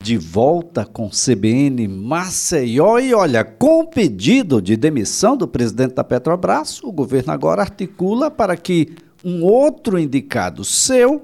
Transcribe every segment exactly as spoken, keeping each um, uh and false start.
de volta com C B N Maceió e olha, com o pedido de demissão do presidente da Petrobras, o governo agora articula para que um outro indicado seu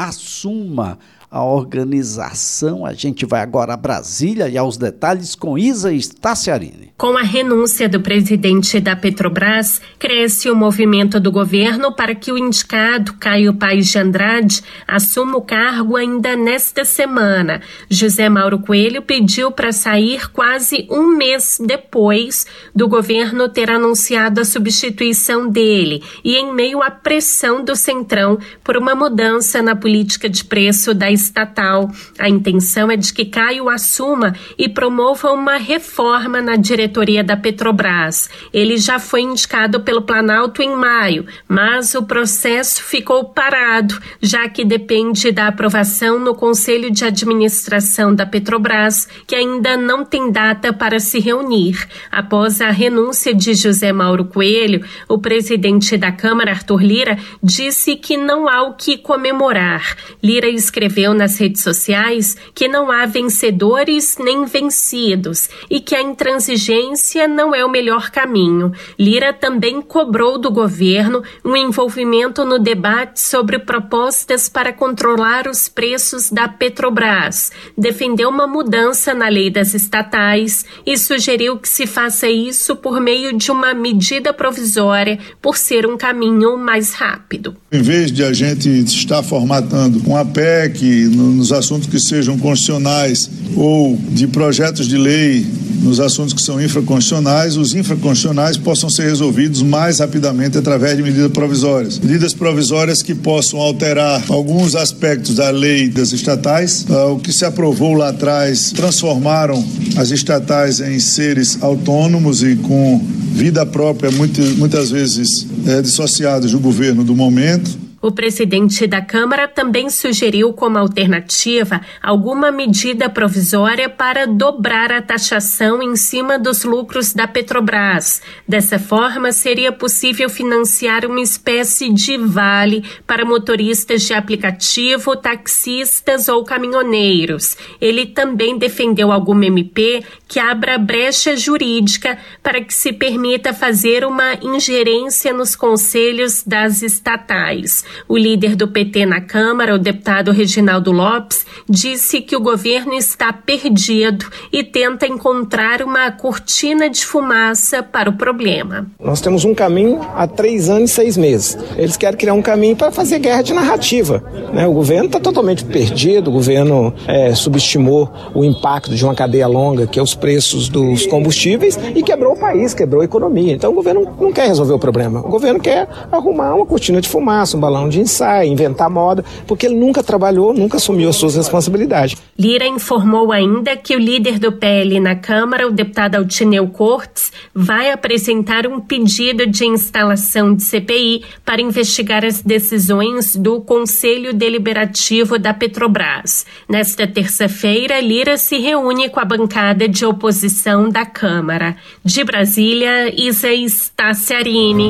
assuma a organização. A gente vai agora a Brasília e aos detalhes com Isa Staciarini. Com a renúncia do presidente da Petrobras, cresce o movimento do governo para que o indicado Caio Paes de Andrade assuma o cargo ainda nesta semana. José Mauro Coelho pediu para sair quase um mês depois do governo ter anunciado a substituição dele e em meio à pressão do Centrão por uma mudança na política de preço da estatal. A intenção é de que Caio assuma e promova uma reforma na diretoria da Petrobras. Ele já foi indicado pelo Planalto em maio, mas o processo ficou parado, já que depende da aprovação no Conselho de Administração da Petrobras, que ainda não tem data para se reunir. Após a renúncia de José Mauro Coelho, o presidente da Câmara, Arthur Lira, disse que não há o que comemorar. Lira escreveu nas redes sociais que não há vencedores nem vencidos e que a intransigência não é o melhor caminho. Lira também cobrou do governo um envolvimento no debate sobre propostas para controlar os preços da Petrobras. Defendeu uma mudança na lei das estatais e sugeriu que se faça isso por meio de uma medida provisória, por ser um caminho mais rápido. Em vez de a gente estar formatando uma P E C nos assuntos que sejam constitucionais ou de projetos de lei nos assuntos que são infraconstitucionais, os infraconstitucionais possam ser resolvidos mais rapidamente através de medidas provisórias. Medidas provisórias que possam alterar alguns aspectos da lei das estatais. Uh, o que se aprovou lá atrás transformaram as estatais em seres autônomos e com vida própria, muito, muitas vezes é, dissociados do governo do momento. O presidente da Câmara também sugeriu como alternativa alguma medida provisória para dobrar a taxação em cima dos lucros da Petrobras. Dessa forma, seria possível financiar uma espécie de vale para motoristas de aplicativo, taxistas ou caminhoneiros. Ele também defendeu alguma M P que abra brecha jurídica para que se permita fazer uma ingerência nos conselhos das estatais. O líder do P T na Câmara, o deputado Reginaldo Lopes, disse que o governo está perdido e tenta encontrar uma cortina de fumaça para o problema. Nós temos um caminho há três anos e seis meses. Eles querem criar um caminho para fazer guerra de narrativa, né? O governo está totalmente perdido, o governo é, subestimou o impacto de uma cadeia longa, que é os preços dos combustíveis, e quebrou o país, quebrou a economia. Então o governo não quer resolver o problema. O governo quer arrumar uma cortina de fumaça, um balão de ensaio, inventar moda, porque ele nunca trabalhou, nunca assumiu as suas responsabilidades. Lira informou ainda que o líder do P L na Câmara, o deputado Altineu Cortes, vai apresentar um pedido de instalação de C P I para investigar as decisões do Conselho Deliberativo da Petrobras. Nesta terça-feira, Lira se reúne com a bancada de oposição da Câmara. De Brasília, Isa Staciarini.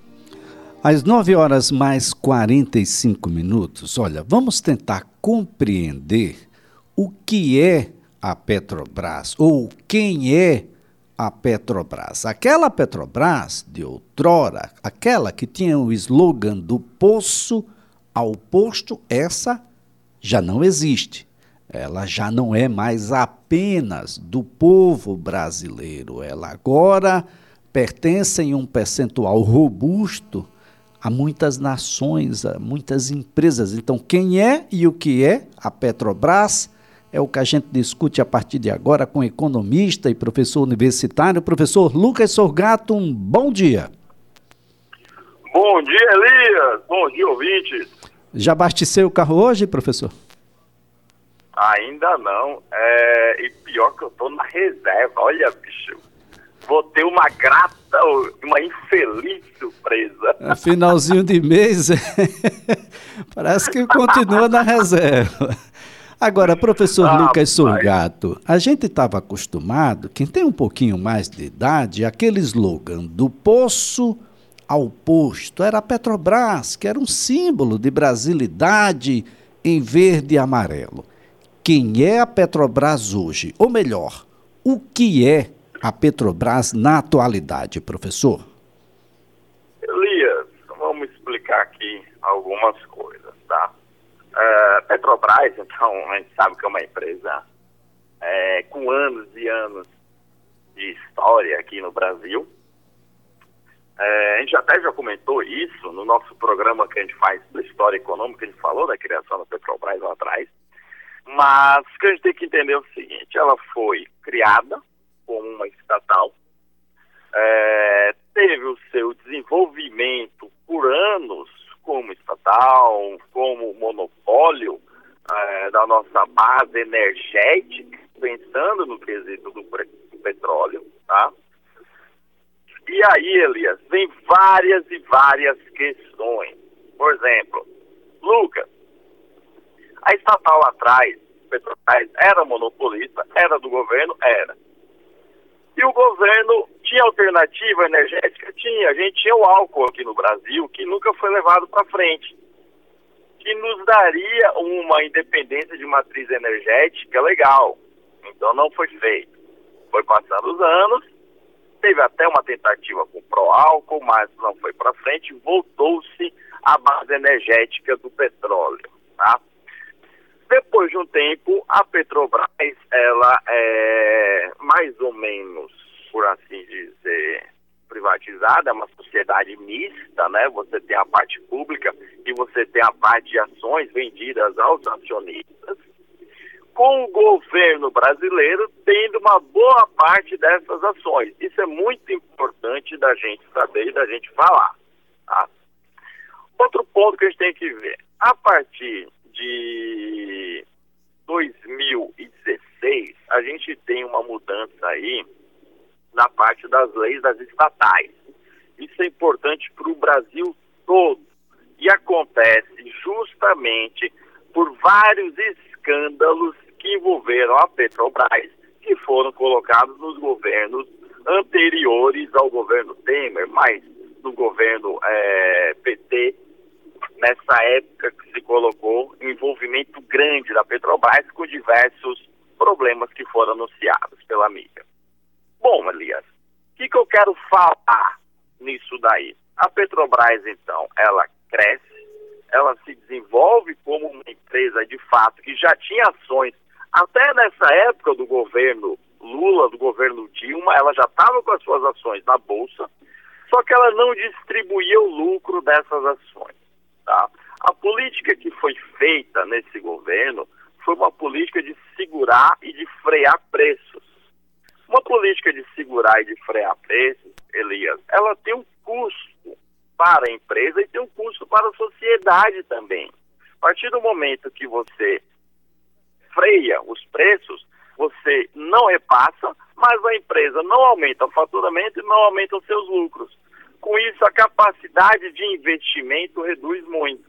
Às nove horas mais quarenta e cinco minutos, olha, vamos tentar compreender o que é a Petrobras, ou quem é a Petrobras. Aquela Petrobras de outrora, aquela que tinha o slogan do poço ao posto, essa já não existe. Ela já não é mais apenas do povo brasileiro. Ela agora pertence em um percentual robusto a muitas nações, a muitas empresas. Então, quem é e o que é a Petrobras é o que a gente discute a partir de agora com economista e professor universitário, professor Lucas Sorgato. Um bom dia. Bom dia, Elias. Bom dia, ouvintes. Já abasteceu o carro hoje, professor? Ainda não. É... E pior que eu tô na reserva. Olha, bicho, vou ter uma grata, uma infeliz surpresa. É finalzinho de mês, parece que continua na reserva. Agora, professor ah, Lucas Sorgato, a gente estava acostumado, quem tem um pouquinho mais de idade, aquele slogan do poço ao posto, era a Petrobras, que era um símbolo de brasilidade em verde e amarelo. quem é a Petrobras hoje, ou melhor, o que é a Petrobras na atualidade, professor? Elias, vamos explicar aqui algumas coisas, tá? Uh, Petrobras, então, a gente sabe que é uma empresa é, com anos e anos de história aqui no Brasil. É, a gente até já comentou isso no nosso programa que a gente faz da história econômica, a gente falou da criação da Petrobras lá atrás, mas o que a gente tem que entender é o seguinte: ela foi criada como uma estatal, é, teve o seu desenvolvimento por anos como estatal, como monopólio é, da nossa base energética, pensando no quesito do, do petróleo, tá? E aí, Elias, vem várias e várias questões. Por exemplo, Lucas, a estatal lá atrás, Petrobras, era monopolista, era do governo, era. E o governo tinha alternativa energética? Tinha. A gente tinha o álcool aqui no Brasil, que nunca foi levado para frente, que nos daria uma independência de matriz energética legal. Então não foi feito. Foi passando os anos, teve até uma tentativa com o pró-álcool, mas não foi para frente, voltou-se à base energética do petróleo, tá? Depois de um tempo, a Petrobras, ela é mais ou menos, por assim dizer, privatizada, é uma sociedade mista, né? Você tem a parte pública e você tem a parte de ações vendidas aos acionistas, com o governo brasileiro tendo uma boa parte dessas ações. Isso é muito importante da gente saber e da gente falar, tá? Outro ponto que a gente tem que ver: a partir de dois mil e dezesseis, a gente tem uma mudança aí na parte das leis das estatais. Isso é importante para o Brasil todo e acontece justamente por vários escândalos que envolveram a Petrobras, que foram colocados nos governos anteriores ao governo Temer, mas no governo é, P T, nessa época que se colocou um envolvimento grande da Petrobras com diversos problemas que foram anunciados pela mídia. Bom, Elias, o que, que eu quero falar nisso daí? A Petrobras, então, ela cresce, ela se desenvolve como uma empresa de fato que já tinha ações. Até nessa época do governo Lula, do governo Dilma, ela já estava com as suas ações na Bolsa, só que ela não distribuía o lucro dessas ações, tá? A política que foi feita nesse governo foi uma política de segurar e de frear preços. Uma política de segurar e de frear preços, Elias, ela tem um custo para a empresa e tem um custo para a sociedade também. A partir do momento que você freia os preços, você não repassa, mas a empresa não aumenta o faturamento e não aumenta os seus lucros. Com isso, a capacidade de investimento reduz muito,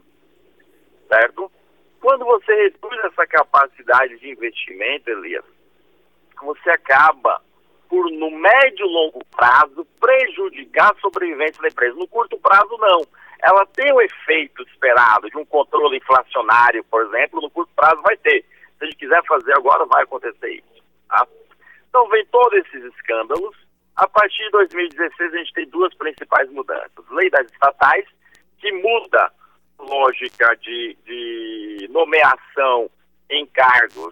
certo? Quando você reduz essa capacidade de investimento, Elias, você acaba por, no médio e longo prazo, prejudicar a sobrevivência da empresa. No curto prazo, não. Ela tem o efeito esperado de um controle inflacionário, por exemplo, no curto prazo vai ter. Se a gente quiser fazer agora, vai acontecer isso, tá? Então, vem todos esses escândalos. A partir de dois mil e dezesseis, a gente tem duas principais mudanças. Lei das estatais, que muda a lógica de, de nomeação em cargos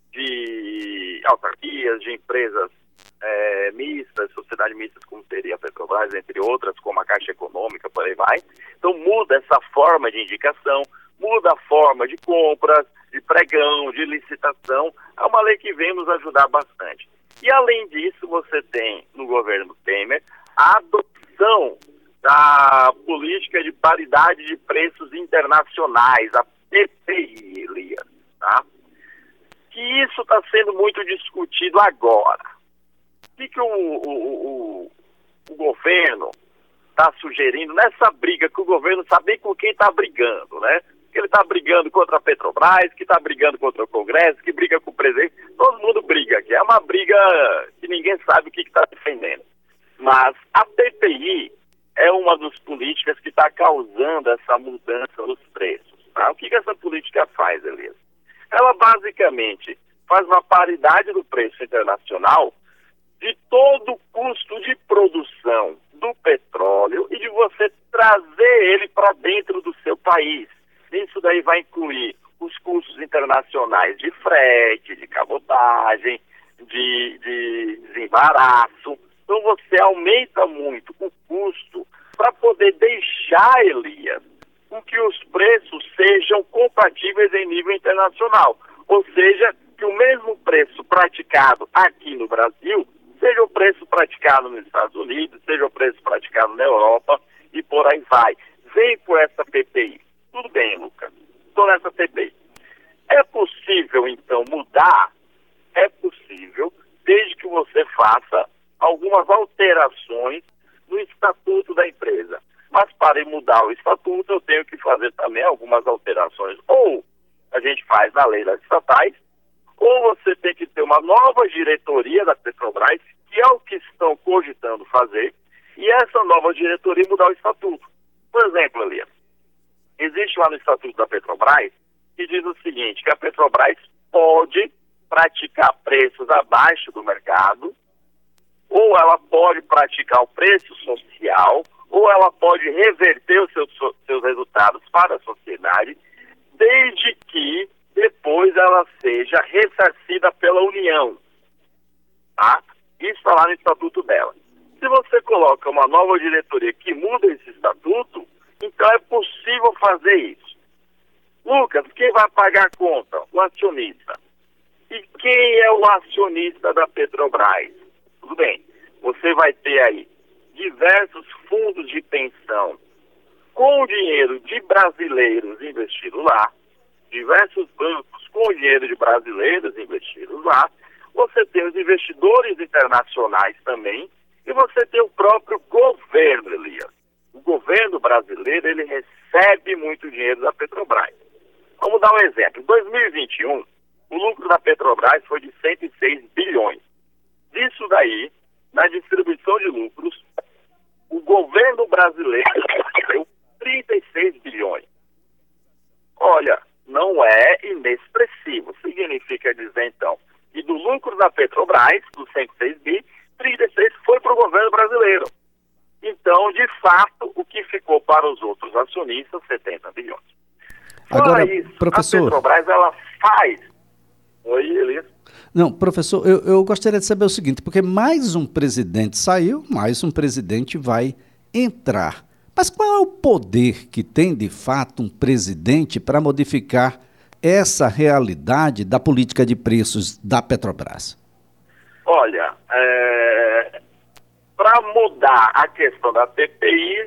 de autarquias, de empresas é, mistas, sociedade mistas, como seria a Petrobras, entre outras, como a Caixa Econômica, por aí vai. Então, muda essa forma de indicação, muda a forma de compras, de pregão, de licitação. É uma lei que vem nos ajudar bastante. E, além disso, você tem, no governo Temer, a adoção da política de paridade de preços internacionais, a P P I, Elias, tá? Que isso está sendo muito discutido agora. O que, que o, o, o, o governo está sugerindo nessa briga, que o governo sabe com quem está brigando, né? Que ele está brigando contra a Petrobras, que está brigando contra o Congresso, que briga com o presidente. Todo mundo briga aqui. É uma briga que ninguém sabe o que está defendendo. Mas a P P I é uma das políticas que está causando essa mudança nos preços, tá? O que, que essa política faz, Elias? ela basicamente faz uma paridade do preço internacional de todo o custo de produção do petróleo e de você trazer ele para dentro do seu país. Isso daí vai incluir os custos internacionais de frete, de cabotagem, de, de desembaraço. Então você aumenta muito o custo para poder deixar, Elias, com que os preços sejam compatíveis em nível internacional. Ou seja, que o mesmo preço praticado aqui no Brasil seja o preço praticado nos Estados Unidos, seja o preço praticado na Europa e por aí vai. Vem por essa P P I. Tudo bem, Lucas. Estou nessa P P I. É possível, então, mudar? É possível, desde que você faça algumas alterações no estatuto da empresa. Mas para mudar o estatuto, eu tenho que fazer também algumas alterações. Ou a gente faz na lei das estatais, ou você tem que ter uma nova diretoria da Petrobras, que é o que estão cogitando fazer, e essa nova diretoria mudar o estatuto. Por exemplo, Elias, existe lá no estatuto da Petrobras que diz o seguinte, que a Petrobras pode praticar preços abaixo do mercado, ou ela pode praticar o preço social, ou ela pode reverter os seus, seus resultados para a sociedade, desde que depois ela seja ressarcida pela União. Tá? Isso está lá no estatuto dela. Se você coloca uma nova diretoria que muda esse estatuto, então é possível fazer isso. Lucas, quem vai pagar a conta? O acionista. E quem é o acionista da Petrobras? Tudo bem, você vai ter aí diversos fundos de pensão com o dinheiro de brasileiros investidos lá, diversos bancos com dinheiro de brasileiros investidos lá, você tem os investidores internacionais também, e você tem o próprio governo, Elias. O governo brasileiro, ele recebe muito dinheiro da Petrobras. Vamos dar um exemplo. Em dois mil e vinte e um, o lucro da Petrobras foi de cento e seis bilhões. Disso daí, na distribuição de lucros, o governo brasileiro recebeu trinta e seis bilhões. Olha, não é inexpressivo. Significa dizer, então, que do lucro da Petrobras, dos cento e seis bi, trinta e seis foi para o governo brasileiro. Então, de fato, o que ficou para os outros acionistas, setenta bilhões. Agora, Fora isso, professor... a Petrobras, ela faz... Oi, Elias? Não, professor, eu, eu gostaria de saber o seguinte, porque mais um presidente saiu, mais um presidente vai entrar. Mas qual é o poder que tem, de fato, um presidente para modificar essa realidade da política de preços da Petrobras? Olha, é... para mudar a questão da P P I...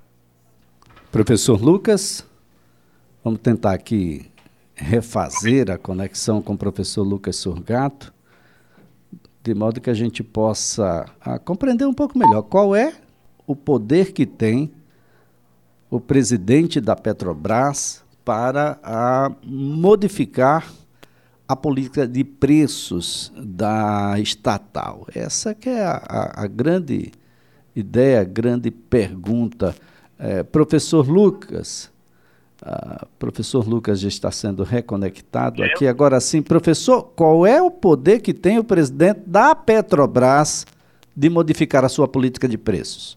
Professor Lucas, vamos tentar aqui refazer a conexão com o professor Lucas Surgato, de modo que a gente possa a, compreender um pouco melhor qual é o poder que tem o presidente da Petrobras para a modificar a política de preços da estatal. Essa que é a, a, a grande ideia, a grande pergunta. É, professor Lucas, Uh, professor Lucas já está sendo reconectado aqui. Agora sim, professor, qual é o poder que tem o presidente da Petrobras de modificar a sua política de preços?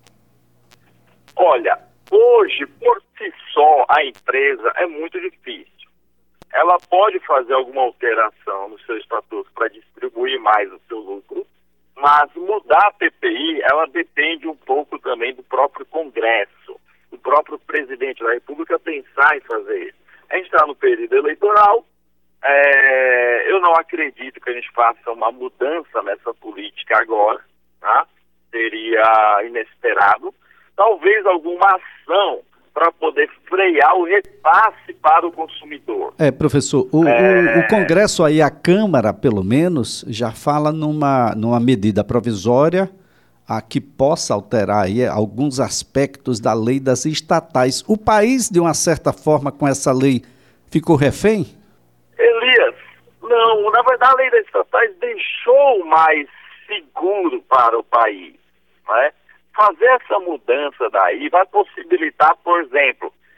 Olha, hoje, por si só, a empresa é muito difícil. Ela pode fazer alguma alteração no seu estatuto para distribuir mais o seu lucro, mas mudar a P P I, ela depende um pouco também do próprio Congresso, o próprio presidente da República pensar em fazer isso. A gente está no período eleitoral, é, eu não acredito que a gente faça uma mudança nessa política agora, tá? Seria inesperado. Talvez alguma ação para poder frear o repasse para o consumidor. É, professor, o, é... o, o Congresso aí, a Câmara, pelo menos, já fala numa, numa medida provisória a que possa alterar aí alguns aspectos da lei das estatais. O país, de uma certa forma, com essa lei, ficou refém? Elias, não. Na verdade, a lei das estatais deixou mais seguro para o país, né? Fazer essa mudança daí vai possibilitar, por exemplo,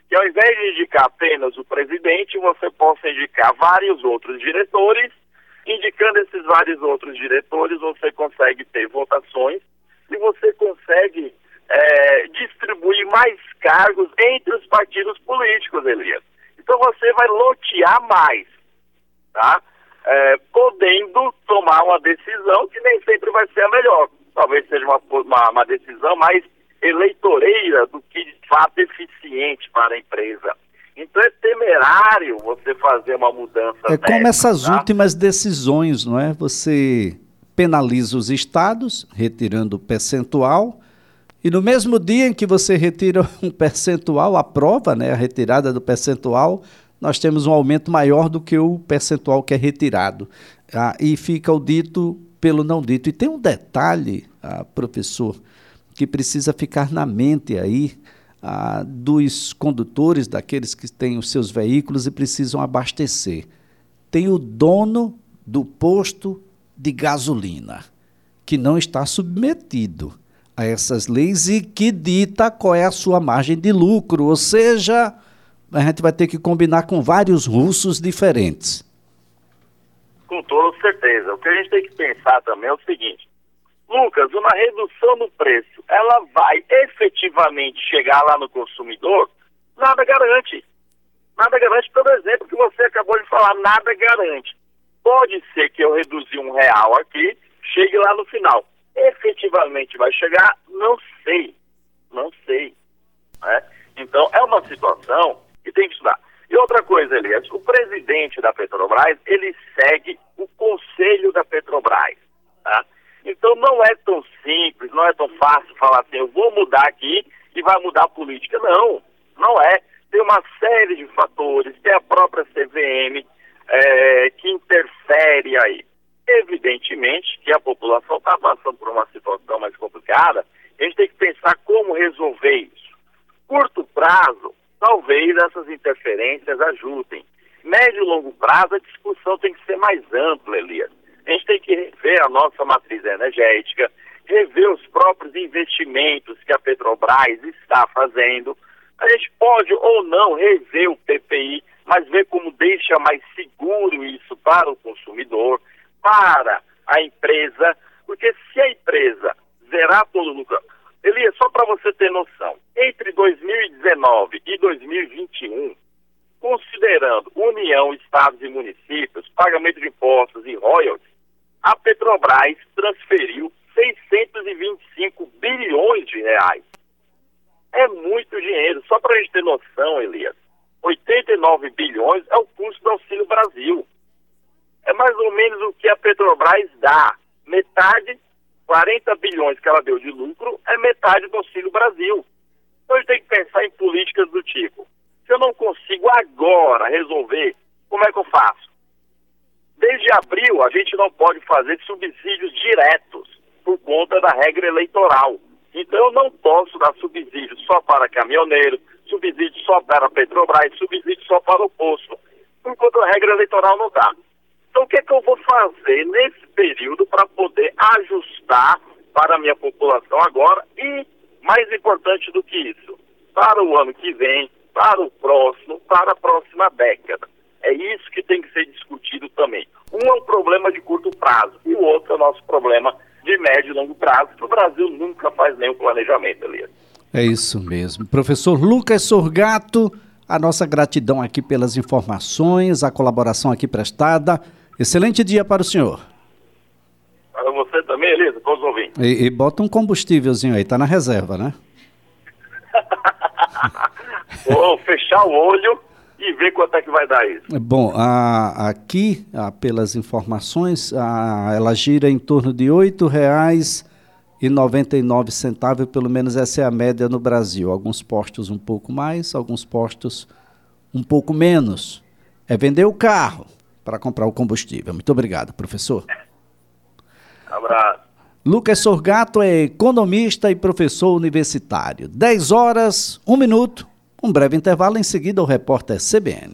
que ao invés de indicar apenas o presidente, você possa indicar vários outros diretores. Indicando esses vários outros diretores, você consegue ter votações e você consegue é, distribuir mais cargos entre os partidos políticos, Elias. Então você vai lotear mais, tá? É, podendo tomar uma decisão que nem sempre vai ser a melhor. Talvez seja uma, uma, uma decisão mais eleitoreira do que de fato eficiente para a empresa. Então é temerário você fazer uma mudança É dessa, como essas tá? últimas decisões, não é? Você penaliza os estados, retirando o percentual, e no mesmo dia em que você retira um percentual, aprova, né, a retirada do percentual, nós temos um aumento maior do que o percentual que é retirado. Ah, e fica o dito pelo não dito. E tem um detalhe, ah, professor, que precisa ficar na mente aí, Ah, dos condutores, daqueles que têm os seus veículos e precisam abastecer. Tem o dono do posto de gasolina, que não está submetido a essas leis e que dita qual é a sua margem de lucro, ou seja, a gente vai ter que combinar com vários russos diferentes. Com toda certeza. O que a gente tem que pensar também é o seguinte: Lucas, uma redução no preço, ela vai efetivamente chegar lá no consumidor? Nada garante. Nada garante, pelo exemplo que você acabou de falar, nada garante. Pode ser que eu reduzi um real aqui, chegue lá no final. Efetivamente vai chegar? Não sei. Não sei. Né? Então, é uma situação que tem que estudar. E outra coisa, Elias, o presidente da Petrobras, ele segue o conselho da Petrobras, tá? Então não é tão simples, não é tão fácil falar assim, eu vou mudar aqui e vai mudar a política. Não, não é. Tem uma série de fatores, tem a própria C V M é, que interfere aí. Evidentemente que a população está passando por uma situação mais complicada, a gente tem que pensar como resolver isso. Curto prazo, talvez essas interferências ajudem. Médio e longo prazo, a discussão tem que ser mais ampla, Elias. A gente tem que rever a nossa matriz energética, rever os próprios investimentos que a Petrobras está fazendo. A gente pode ou não rever o P P I, mas ver como deixa mais seguro isso para o consumidor, para a empresa, porque se a empresa zerar todo o lucro... Elias, só para você ter noção, entre dois mil e dezenove e dois mil e vinte e um, considerando União, Estados e Municípios, pagamento de impostos e royalties, a Petrobras transferiu seiscentos e vinte e cinco bilhões de reais. É muito dinheiro. Só para a gente ter noção, Elias, oitenta e nove bilhões é o custo do Auxílio Brasil. É mais ou menos o que a Petrobras dá. Metade, quarenta bilhões que ela deu de lucro, é metade do Auxílio Brasil. Então a gente tem que pensar em políticas do tipo, se eu não consigo agora resolver, como é que eu faço? Desde abril, a gente não pode fazer subsídios diretos por conta da regra eleitoral. Então, eu não posso dar subsídio só para caminhoneiro, subsídio só para a Petrobras, subsídio só para o posto, por conta da regra eleitoral não dá. Então, o que é que eu vou fazer nesse período para poder ajustar para a minha população agora e, mais importante do que isso, para o ano que vem, para o próximo, para a próxima década? É isso que tem que ser discutido também. Um é um problema de curto prazo e o outro é o nosso problema de médio e longo prazo, que o Brasil nunca faz nenhum planejamento, Elias. É isso mesmo. Professor Lucas Sorgato, a nossa gratidão aqui pelas informações, a colaboração aqui prestada. Excelente dia para o senhor. Para você também, Elias, todos os ouvintes. E, e bota um combustívelzinho aí, tá na reserva, né? Vou fechar o olho e ver quanto é que vai dar isso. Bom, a, aqui, a, pelas informações, a, ela gira em torno de oito reais e noventa e nove centavos, pelo menos essa é a média no Brasil. Alguns postos um pouco mais, alguns postos um pouco menos. É vender o carro para comprar o combustível. Muito obrigado, professor. Um abraço. Lucas Sorgato é economista e professor universitário. dez horas, um minuto. Um breve intervalo, em seguida o repórter C B N.